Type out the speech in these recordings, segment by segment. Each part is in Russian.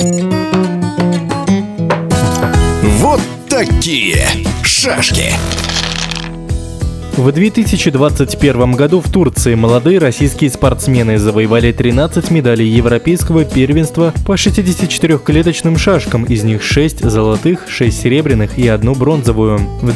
Вот такие шашки. В 2021 году в Турции молодые российские спортсмены завоевали 13 медалей европейского первенства по 64-клеточным шашкам, из них 6 золотых, 6 серебряных и 1 бронзовую. В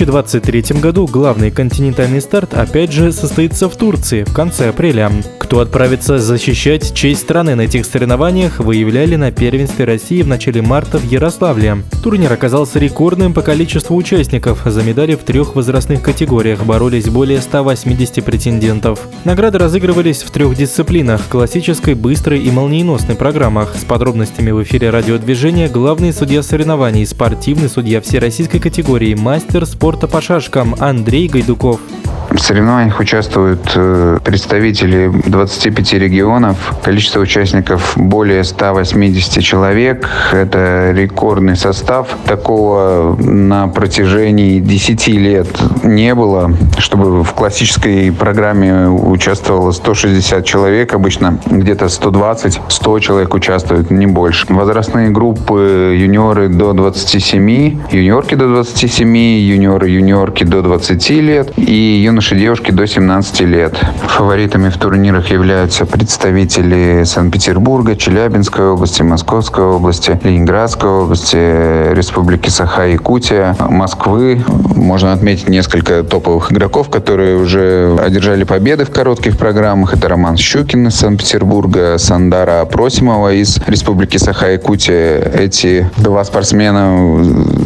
2023 году главный континентальный старт опять же состоится в Турции в конце апреля. Кто отправится защищать честь страны на этих соревнованиях, выявляли на первенстве России в начале марта в Ярославле. Турнир оказался рекордным по количеству участников. За медали в 3 возрастных категориях боролись более 180 претендентов. Награды разыгрывались в 3 дисциплинах – классической, быстрой и молниеносной программах. С подробностями в эфире радиодвижения главный судья соревнований, спортивный судья всероссийской категории, мастер спорта по шашкам Андрей Гайдуков. В соревнованиях участвуют представители 25 регионов. Количество участников более 180 человек. Это рекордный состав. Такого на протяжении 10 лет не было, чтобы в классической программе участвовало 160 человек. Обычно где-то 120-100 человек участвуют, не больше. Возрастные группы: юниоры до 27, юниорки до 27, юниоры-юниорки до 20 лет и юноши-девушки до 17 лет. Фаворитами в турнирах являются представители Санкт-Петербурга, Челябинской области, Московской области, Ленинградской области, Республики Саха-Якутия, Москвы. Можно отметить несколько топовых игроков, которые уже одержали победы в коротких программах. Это Роман Щукин из Санкт-Петербурга, Сандара Просимова из Республики Саха-Якутия. Эти 2 спортсмена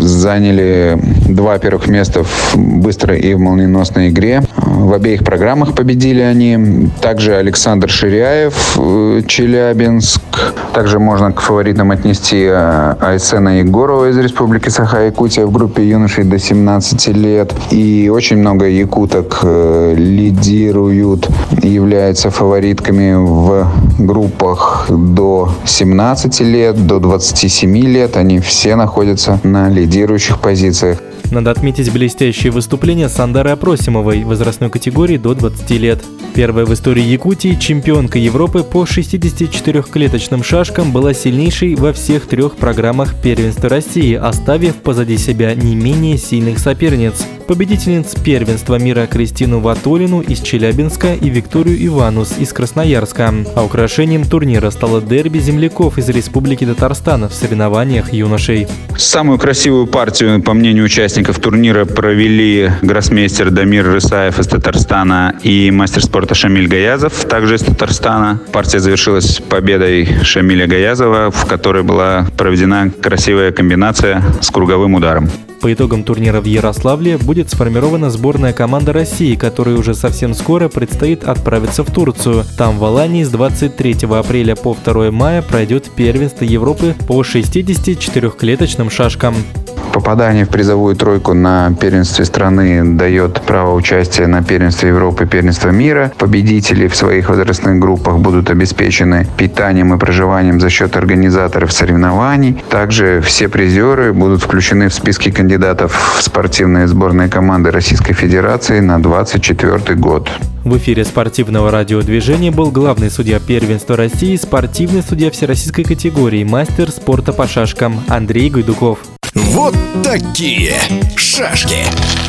заняли 2 первых места в быстрой и в молниеносной игре. В обеих программах победили они. Также Александр Ширяев, Челябинск. Также можно к фаворитам отнести Айсена Егорова из Республики Саха-Якутия в группе юношей до 17 лет. И очень много якуток лидируют, являются фаворитками в группах до 17 лет, до 27 лет. Они все находятся на лидирующих позициях. Надо отметить блестящее выступление Сандары Апросимовой в возрастной категории до 20 лет. Первая в истории Якутии чемпионка Европы по 64-клеточным шашкам была сильнейшей во всех 3 программах первенства России, оставив позади себя не менее сильных соперниц. Победительниц первенства мира Кристину Ватулину из Челябинска и Викторию Иванус из Красноярска. А украшением турнира стало дерби земляков из Республики Татарстан в соревнованиях юношей. Самую красивую партию, по мнению участников турнира, провели гроссмейстер Дамир Рысаев из Татарстана и мастер спорта Шамиль Гаязов, также из Татарстана. Партия завершилась победой Шамиля Гаязова, в которой была проведена красивая комбинация с круговым ударом. По итогам турнира в Ярославле будет сформирована сборная команда России, которой уже совсем скоро предстоит отправиться в Турцию. Там в Алании с 23 апреля по 2 мая пройдет первенство Европы по 64-клеточным шашкам. Попадание в призовую тройку на первенстве страны дает право участия на первенстве Европы, первенстве мира. Победители в своих возрастных группах будут обеспечены питанием и проживанием за счет организаторов соревнований. Также все призеры будут включены в списки кандидатов в спортивные сборные команды Российской Федерации на 2024 год. В эфире спортивного радиодвижения был главный судья первенства России, спортивный судья всероссийской категории, мастер спорта по шашкам Андрей Гайдуков. Вот такие шашки.